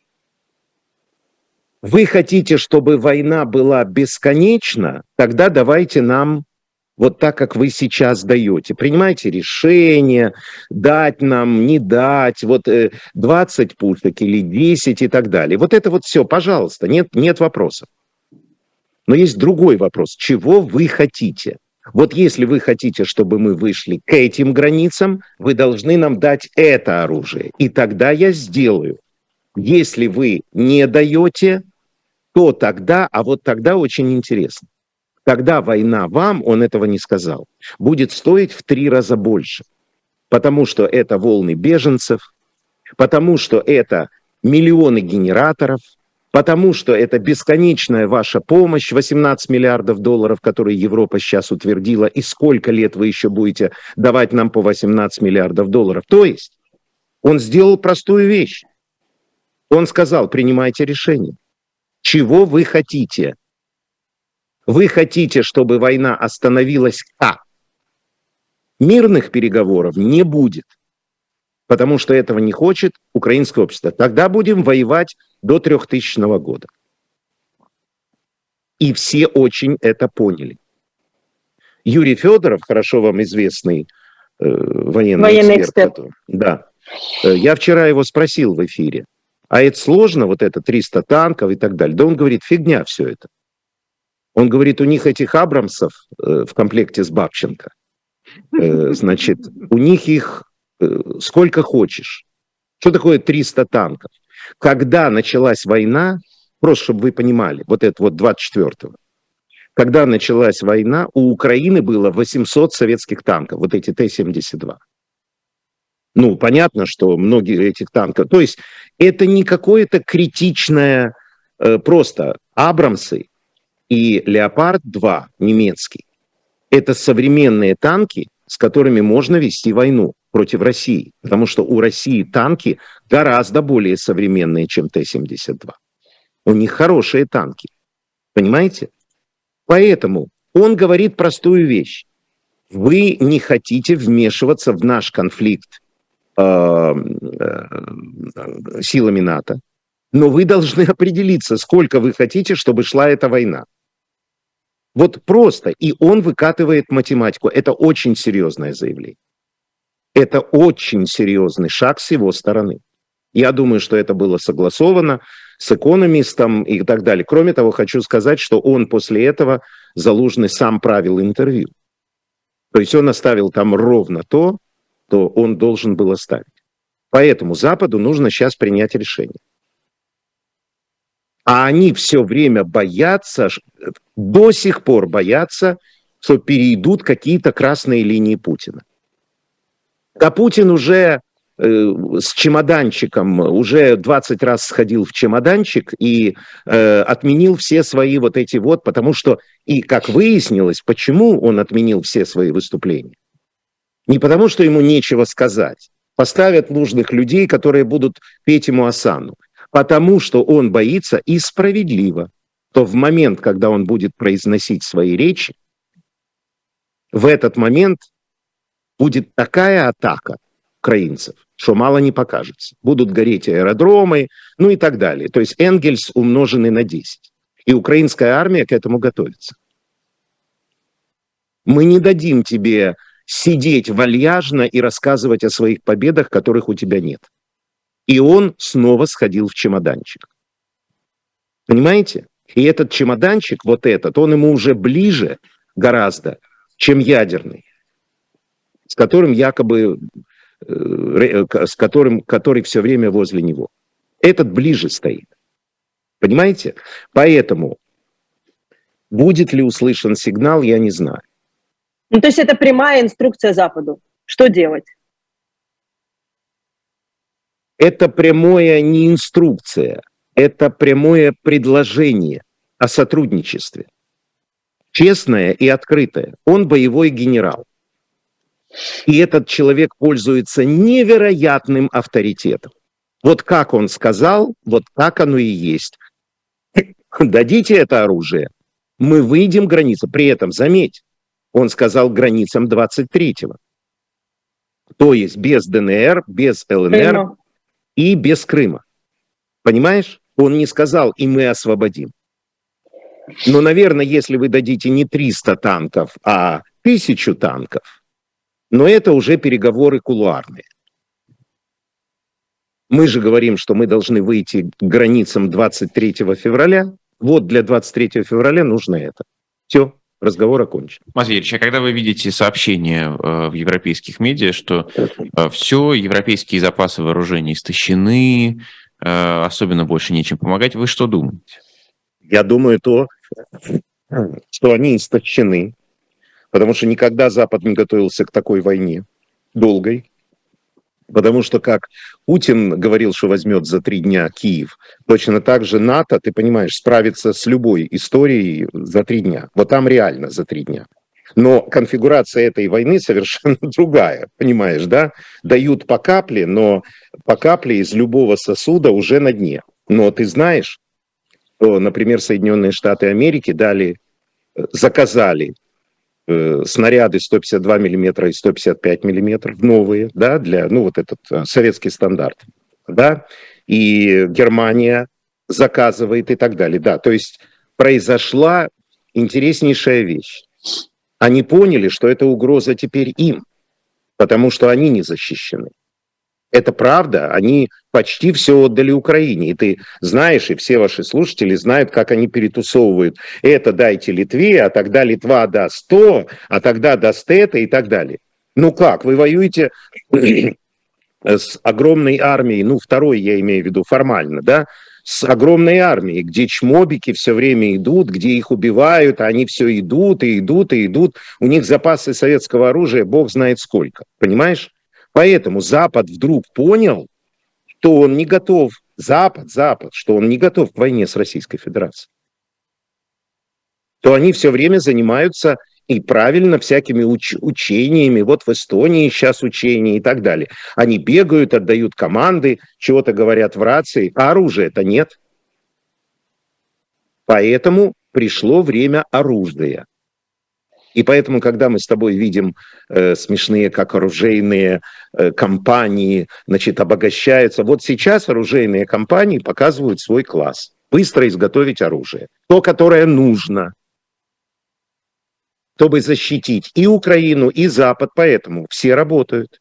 вы хотите, чтобы война была бесконечна, тогда давайте нам вот так, как вы сейчас даете. Принимайте решение, дать нам, не дать, 20 пушек или 10 и так далее. Вот это вот все, пожалуйста, нет вопросов. Но есть другой вопрос, чего вы хотите? Вот если вы хотите, чтобы мы вышли к этим границам, вы должны нам дать это оружие. И тогда я сделаю. Если вы не даете, то тогда, а вот тогда очень интересно. Тогда война вам, он этого не сказал, будет стоить в 3 раза больше. Потому что это волны беженцев, потому что это миллионы генераторов, Потому что это бесконечная ваша помощь, 18 миллиардов долларов, которые Европа сейчас утвердила, и сколько лет вы еще будете давать нам по 18 миллиардов долларов. То есть он сделал простую вещь. Он сказал, принимайте решение. Чего вы хотите? Вы хотите, чтобы война остановилась как? Мирных переговоров не будет, потому что этого не хочет украинское общество. Тогда будем воевать до 3000 года. И все очень это поняли. Юрий Федоров, хорошо вам известный военный эксперт. Да. Я вчера его спросил в эфире, а это сложно, вот это 300 танков и так далее? Да он говорит, фигня все это. Он говорит, у них этих Абрамсов в комплекте с Бабченко, значит, у них их сколько хочешь. Что такое 300 танков? Когда началась война, просто чтобы вы понимали, вот это вот 24-го, когда началась война, у Украины было 800 советских танков, вот эти Т-72. Ну, понятно, что многие этих танков... То есть это не какое-то критичное, просто Абрамсы и Леопард-2 немецкий. Это современные танки, с которыми можно вести войну против России, потому что у России танки гораздо более современные, чем Т-72. У них хорошие танки, понимаете? Поэтому он говорит простую вещь. Вы не хотите вмешиваться в наш конфликт силами НАТО, но вы должны определиться, сколько вы хотите, чтобы шла эта война. Вот просто. И он выкатывает математику. Это очень серьезное заявление. Это очень серьезный шаг с его стороны. Я думаю, что это было согласовано с экономистом и так далее. Кроме того, хочу сказать, что он после этого, Залужный, сам правил интервью. То есть он оставил там ровно то, что он должен был оставить. Поэтому Западу нужно сейчас принять решение. А они все время боятся, до сих пор боятся, что перейдут какие-то красные линии Путина. А Путин уже с чемоданчиком, уже 20 раз сходил в чемоданчик и отменил все свои вот эти вот, потому что, и как выяснилось, почему он отменил все свои выступления. Не потому, что ему нечего сказать. Поставят нужных людей, которые будут петь ему осанну. Потому что он боится, и справедливо, то в момент, когда он будет произносить свои речи, в этот момент будет такая атака украинцев, что мало не покажется. Будут гореть аэродромы, ну и так далее. То есть Энгельс умноженный на 10. И украинская армия к этому готовится. Мы не дадим тебе сидеть вальяжно и рассказывать о своих победах, которых у тебя нет. И он снова сходил в чемоданчик. Понимаете? И этот чемоданчик, вот этот, он ему уже ближе гораздо, чем ядерный, с которым якобы, который все время возле него. Этот ближе стоит. Понимаете? Поэтому будет ли услышан сигнал, я не знаю. Ну, то есть это прямая инструкция Западу. Что делать? Это прямая не инструкция, это прямое предложение о сотрудничестве. Честное и открытое. Он боевой генерал. И этот человек пользуется невероятным авторитетом. Вот как он сказал, вот так оно и есть. Дадите это оружие, мы выйдем к границе. При этом, заметь, он сказал границам 23-го. То есть без ДНР, без ЛНР и без Крыма. Понимаешь? Он не сказал, и мы освободим. Но, наверное, если вы дадите не 300 танков, а 1000 танков, но это уже переговоры кулуарные. Мы же говорим, что мы должны выйти к границам 23 февраля. Вот для 23 февраля нужно это. Все. Разговор окончен. Матвей Юрьевич, а когда вы видите сообщения в европейских медиа, что все, европейские запасы вооружений истощены, особенно больше нечем помогать, вы что думаете? Я думаю то, что они истощены, потому что никогда Запад не готовился к такой войне, долгой. Потому что как Путин говорил, что возьмет за 3 дня Киев, точно так же НАТО, ты понимаешь, справится с любой историей за 3 дня. Вот там реально за 3 дня. Но конфигурация этой войны совершенно другая, понимаешь, да? Дают по капле, но по капле из любого сосуда уже на дне. Но ты знаешь, что, например, Соединенные Штаты Америки заказали снаряды 152 миллиметра и 155 миллиметров новые, да, для, ну, вот этот советский стандарт, да, и Германия заказывает и так далее, да, то есть произошла интереснейшая вещь. Они поняли, что это угроза теперь им, потому что они не защищены. Это правда, они почти все отдали Украине. И ты знаешь, и все ваши слушатели знают, как они перетусовывают. Это дайте Литве, а тогда Литва даст то, а тогда даст это и так далее. Ну как, вы воюете с огромной армией, ну второй я имею в виду формально, да, с огромной армией, где чмобики все время идут, где их убивают, а они все идут и идут и идут. У них запасы советского оружия бог знает сколько, понимаешь? Поэтому Запад вдруг понял, что он не готов, Запад, что он не готов к войне с Российской Федерацией. То они все время занимаются и правильно всякими учениями. Вот в Эстонии сейчас учения и так далее. Они бегают, отдают команды, чего-то говорят в рации, а оружия-то нет. Поэтому пришло время оружия. И поэтому, когда мы с тобой видим смешные, как оружейные компании, значит, обогащаются, вот сейчас оружейные компании показывают свой класс. Быстро изготовить оружие. То, которое нужно, чтобы защитить и Украину, и Запад. Поэтому все работают.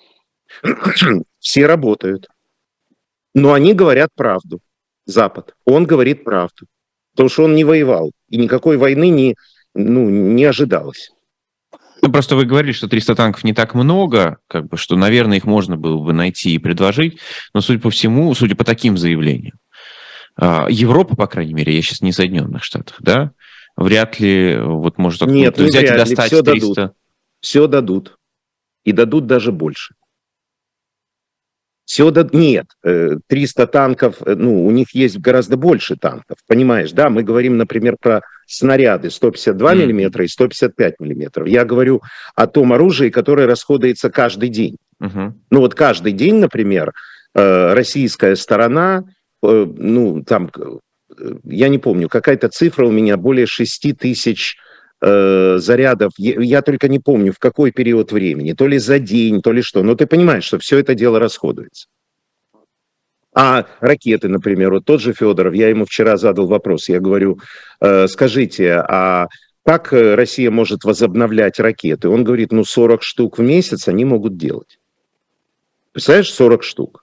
Все работают. Но они говорят правду. Запад. Он говорит правду. Потому что он не воевал. И никакой войны не ожидалось. Ну, просто вы говорили, что 300 танков не так много, как бы, что, наверное, их можно было бы найти и предложить, но, судя по всему, судя по таким заявлениям, Европа, по крайней мере, я сейчас не в Соединенных Штатах, да, вряд ли вот может откуда-то взять и достать все 300. Дадут. Все дадут. И дадут даже больше. Нет, 300 танков, ну, у них есть гораздо больше танков, понимаешь, да, мы говорим, например, про снаряды 152 миллиметра и 155 миллиметров. Я говорю о том оружии, которое расходуется каждый день. Ну, вот каждый день, например, российская сторона, ну, там, я не помню, какая-то цифра у меня, более 6 тысяч зарядов, я только не помню, в какой период времени, то ли за день, то ли что, но ты понимаешь, что все это дело расходуется. А ракеты, например, вот тот же Федоров, я ему вчера задал вопрос, я говорю, скажите, а как Россия может возобновлять ракеты? Он говорит, 40 штук в месяц они могут делать. Представляешь, 40 штук?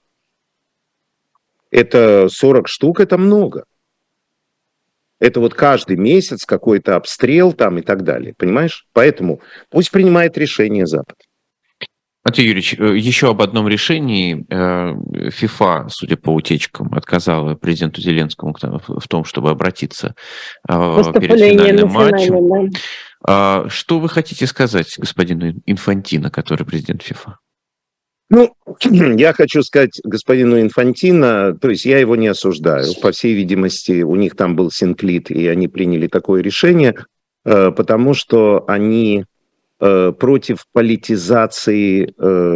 Это 40 штук, это много. Это вот каждый месяц какой-то обстрел там и так далее, понимаешь? Поэтому пусть принимает решение Запад. Матвей Юрьевич, еще об одном решении. ФИФА, судя по утечкам, отказала президенту Зеленскому в том, чтобы обратиться перед финальным матчем. Да. Что вы хотите сказать господину Инфантино, который президент ФИФА? Ну, я хочу сказать господину Инфантино, то есть я его не осуждаю. По всей видимости, у них там был синклит, и они приняли такое решение, потому что они против политизации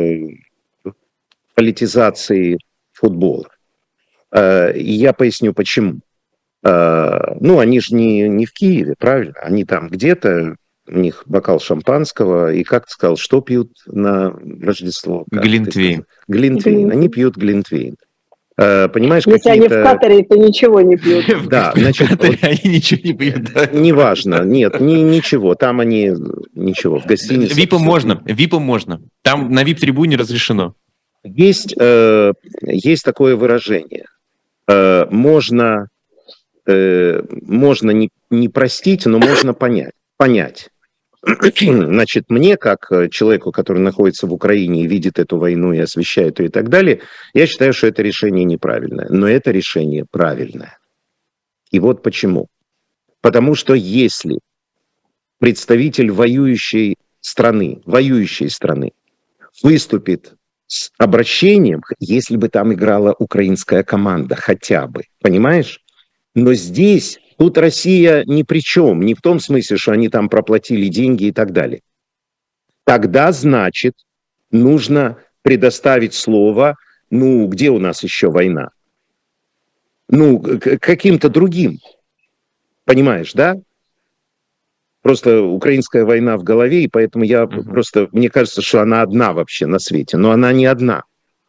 футбола. И я поясню, почему. Ну, они же не в Киеве, правильно? Они там где-то, у них бокал шампанского, и, как ты сказал, что пьют на Рождество? Глинтвейн. Глинтвейн. Они пьют глинтвейн. Понимаешь, если они в Катаре, то ничего не пьют. Да, значит, они ничего не пьют. Неважно, нет, ничего, там они ничего, в гостинице. Випом можно, там на вип-трибуне разрешено. Есть такое выражение. Можно не простить, но можно понять. Значит, мне, как человеку, который находится в Украине и видит эту войну и освещает ее и так далее, я считаю, что это решение неправильное. Но это решение правильное. И вот почему. Потому что если представитель воюющей страны выступит с обращением, если бы там играла украинская команда хотя бы, понимаешь? Но здесь, тут Россия ни при чем, не в том смысле, что они там проплатили деньги и так далее. Тогда, значит, нужно предоставить слово, ну, где у нас еще война? Ну, каким-то другим, понимаешь, да? Просто украинская война в голове, и поэтому я просто, мне кажется, что она одна вообще на свете, но она не одна.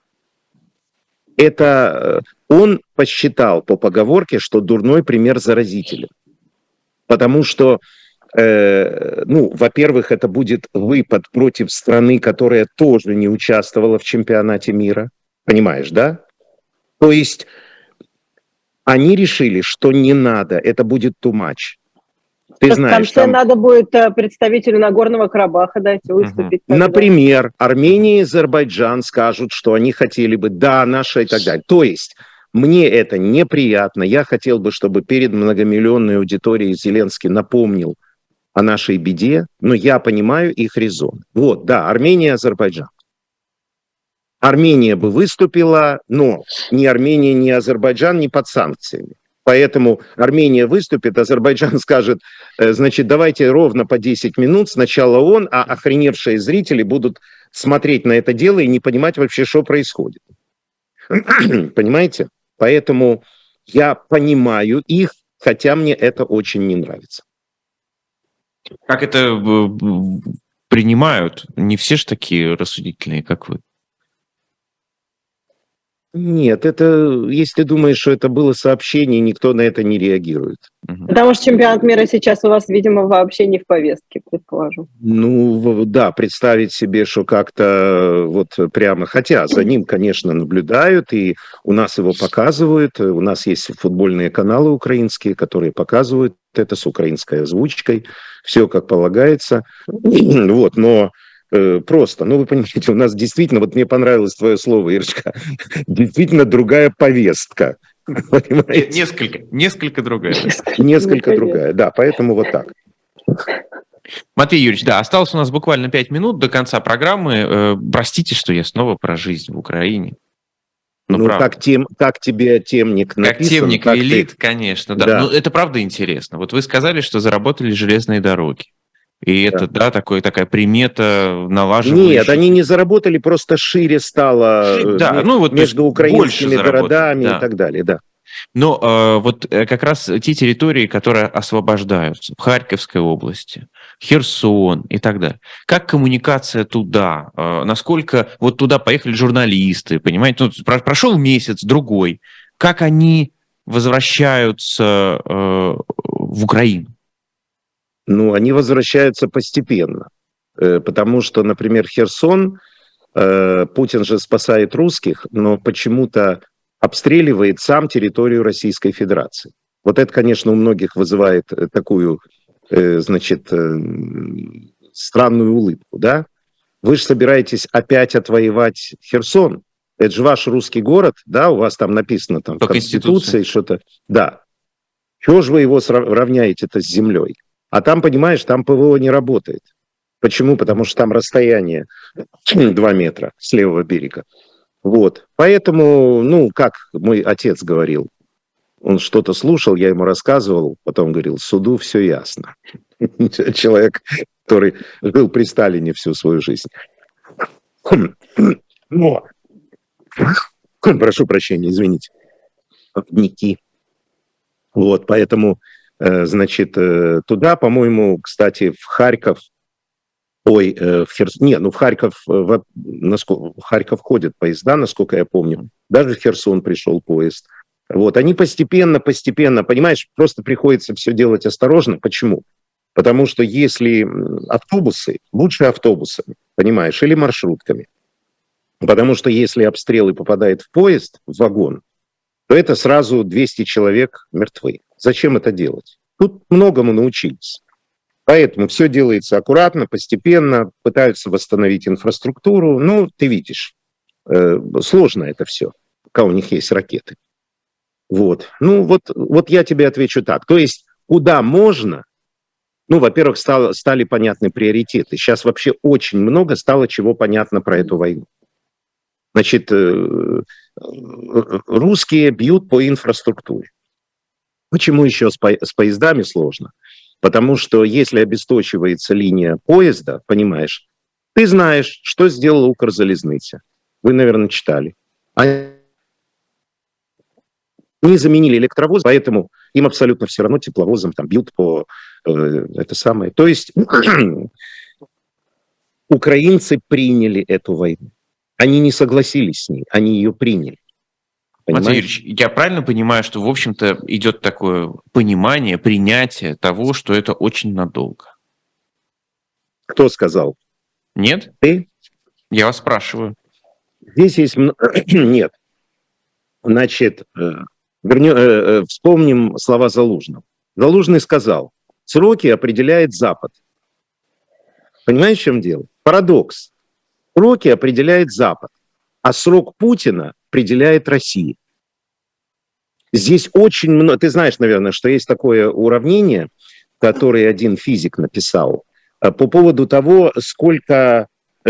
Это он посчитал по поговорке, что дурной пример заразителен. Потому что, ну, во-первых, это будет выпад против страны, которая тоже не участвовала в чемпионате мира. Понимаешь, да? То есть они решили, что не надо, это будет too much. Ты знаешь, в конце там... надо будет представителю Нагорного Карабаха дать выступить. Например, Армения и Азербайджан скажут, что они хотели бы, да, наши и так далее. То есть мне это неприятно. Я хотел бы, чтобы перед многомиллионной аудиторией Зеленский напомнил о нашей беде, но я понимаю их резон. Вот, да, Армения и Азербайджан. Армения бы выступила, но ни Армения, ни Азербайджан не под санкциями. Поэтому Армения выступит, Азербайджан скажет, значит, давайте ровно по 10 минут, сначала он, а охреневшие зрители будут смотреть на это дело и не понимать вообще, что происходит. Понимаете? Поэтому я понимаю их, хотя мне это очень не нравится. Как это принимают? Не все же такие рассудительные, как вы. Нет, это, если ты думаешь, что это было сообщение, никто на это не реагирует. Потому что чемпионат мира сейчас у вас, видимо, вообще не в повестке, предположу. Ну, да, представить себе, что как-то вот прямо, хотя за ним, конечно, наблюдают, и у нас его показывают, у нас есть футбольные каналы украинские, которые показывают это с украинской озвучкой, все как полагается, вот, но... Просто, ну вы понимаете, у нас действительно, вот мне понравилось твое слово, Ирочка, действительно другая повестка. Понимаете? Несколько другая. Несколько другая, да, поэтому вот так. Матвей Юрьевич, да, осталось у нас буквально 5 минут до конца программы. Простите, что я снова про жизнь в Украине. Ну, как тебе темник написан. Как темник велит, конечно, да. Но это правда интересно. Вот вы сказали, что заработали железные дороги. И это, да, такая примета налаживающая. Нет, они не заработали, просто шире стало да, ну, вот, между украинскими городами и так далее, да. Но вот как раз те территории, которые освобождаются, в Харьковской области, Херсон и так далее. Как коммуникация туда? Насколько вот туда поехали журналисты, понимаете? Ну, прошел месяц, другой. Как они возвращаются в Украину? Ну, они возвращаются постепенно, потому что, например, Херсон, Путин же спасает русских, но почему-то обстреливает сам территорию Российской Федерации. Вот это, конечно, у многих вызывает такую, значит, странную улыбку, да? Вы же собираетесь опять отвоевать Херсон, это же ваш русский город, да, у вас там написано там в Конституции что-то, да. Чего же вы его равняете-то с землей? А там, понимаешь, там ПВО не работает. Почему? Потому что там расстояние 2 метра с левого берега. Вот. Поэтому, ну, как мой отец говорил, он что-то слушал, я ему рассказывал, потом говорил, суду все ясно. Человек, который жил при Сталине всю свою жизнь. Но, прошу прощения, извините. Ники. Вот, поэтому... Значит, туда, по-моему, кстати, в Харьков, в Херсон, не, ну в Харьков, в Харьков ходят поезда, насколько я помню, даже в Херсон пришел поезд. Вот, они постепенно, понимаешь, просто приходится все делать осторожно. Почему? Потому что если автобусы, лучше автобусами, понимаешь, или маршрутками. Потому что если обстрел попадает в поезд, в вагон, то это сразу 200 человек мертвы. Зачем это делать? Тут многому научились. Поэтому все делается аккуратно, постепенно, пытаются восстановить инфраструктуру. Ну, ты видишь, сложно это все, пока у них есть ракеты. Вот. Ну, вот я тебе отвечу так. То есть, куда можно, ну, во-первых, стали понятны приоритеты. Сейчас вообще очень много стало чего понятно про эту войну. Значит, русские бьют по инфраструктуре. Почему еще с поездами сложно? Потому что если обесточивается линия поезда, понимаешь, ты знаешь, что сделала Укрзалезница. Вы, наверное, читали. Они заменили электровоз, поэтому им абсолютно все равно тепловозом там бьют по это самое. То есть украинцы приняли эту войну. Они не согласились с ней, они ее приняли. Матвей Юрьевич, я правильно понимаю, что, в общем-то, идет такое понимание, принятие того, что это очень надолго? Кто сказал? Нет? Ты? Я вас спрашиваю. Здесь есть... Нет. Значит, вспомним слова Залужного. Залужный сказал, сроки определяет Запад. Понимаешь, в чем дело? Парадокс. Сроки определяет Запад, а срок Путина определяет Россия. Здесь очень много... Ты знаешь, наверное, что есть такое уравнение, которое один физик написал, по поводу того, сколько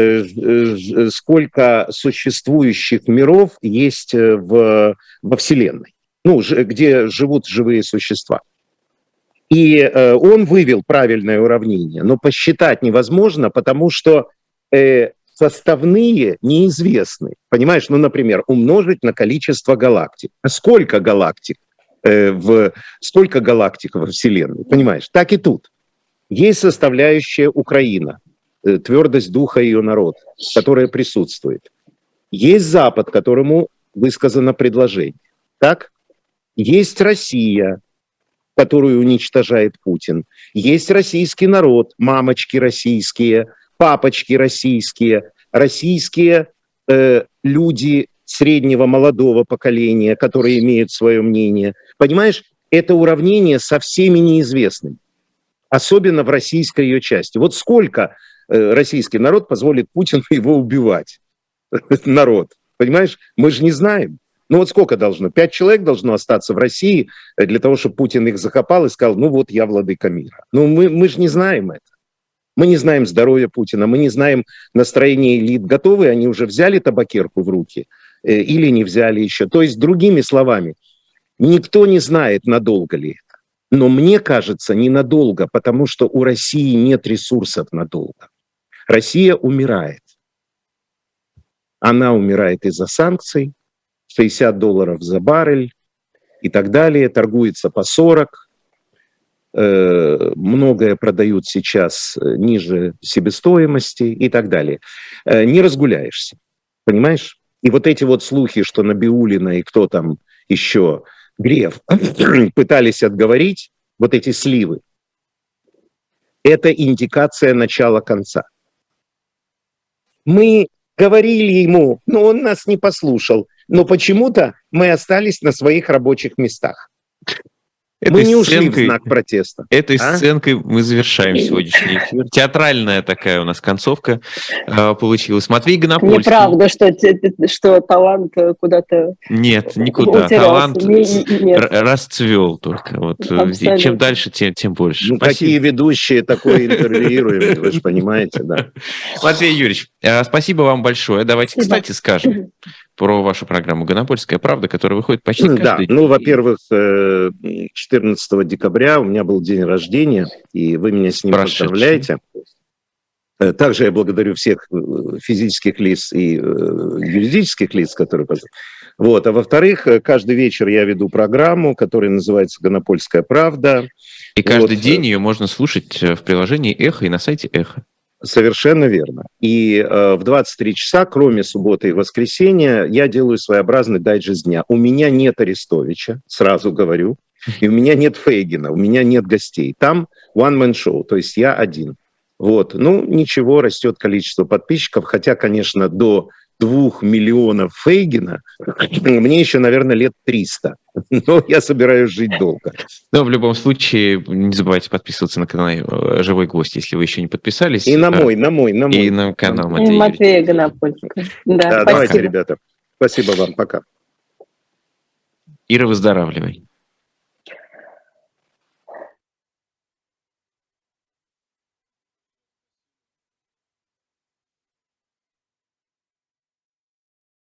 существующих миров есть во Вселенной, ну, где живут живые существа. И он вывел правильное уравнение, но посчитать невозможно, потому что составные неизвестны. Понимаешь, ну, например, умножить на количество галактик. А сколько галактик во Вселенной? Понимаешь, так и тут. Есть составляющая Украина, твердость духа ее народа, которая присутствует. Есть Запад, которому высказано предложение. Так? Есть Россия, которую уничтожает Путин. Есть российский народ, мамочки российские, папочки российские, люди среднего молодого поколения, которые имеют свое мнение. Понимаешь, это уравнение со всеми неизвестными, особенно в российской ее части. Вот сколько российский народ позволит Путину его убивать? Народ, понимаешь? Мы же не знаем. Ну вот сколько должно? 5 человек должно остаться в России для того, чтобы Путин их закопал и сказал, ну вот я владыка мира. Ну мы же не знаем это. Мы не знаем здоровья Путина, мы не знаем настроения элит. Готовы они уже взяли табакерку в руки или не взяли еще? То есть, другими словами, никто не знает, надолго ли это. Но мне кажется, ненадолго, потому что у России нет ресурсов надолго. Россия умирает. Она умирает из-за санкций, $60 за баррель и так далее, торгуется по 40. Многое продают сейчас ниже себестоимости и так далее. Не разгуляешься, понимаешь? И вот эти вот слухи, что Набиуллина и кто там еще, Греф, пытались отговорить, вот эти сливы, это индикация начала конца. Мы говорили ему, но он нас не послушал, но почему-то мы остались на своих рабочих местах. Мы не ушли в знак протеста. Этой сценкой мы завершаем сегодняшний эфир. Театральная такая у нас концовка получилась. Матвей Гонопольский. Неправда, что талант куда-то Нет, никуда. Утерялся. Талант расцвел только. Вот. Чем дальше, тем больше. Ну, какие ведущие такое интервьюируют, вы же понимаете, да. Матвей Юрьевич, спасибо вам большое. Давайте, кстати, скажем про вашу программу «Гонопольская правда», которая выходит почти каждый день. Ну, во-первых, 14 декабря у меня был день рождения, и вы меня с ним поздравляете. Также я благодарю всех физических лиц и юридических лиц, которые... Вот. А во-вторых, каждый вечер я веду программу, которая называется «Гонопольская правда». И каждый день ее можно слушать в приложении «Эхо» и на сайте «Эхо». Совершенно верно. И в 23 часа, кроме субботы и воскресенья, я делаю своеобразный дайджест дня. У меня нет Арестовича, сразу говорю, и у меня нет Фейгина, у меня нет гостей. Там one-man show, то есть я один. Вот. Ну, ничего, растет количество подписчиков, хотя, конечно, до 2 миллионов Фейгина мне еще, наверное, лет 300. Но я собираюсь жить долго. Но в любом случае, не забывайте подписываться на канал «Живой гвоздь», если вы еще не подписались. И на мой. И на канал Матвея Гонопольского. Да, давайте, ребята. Спасибо вам. Пока. Ира, выздоравливай.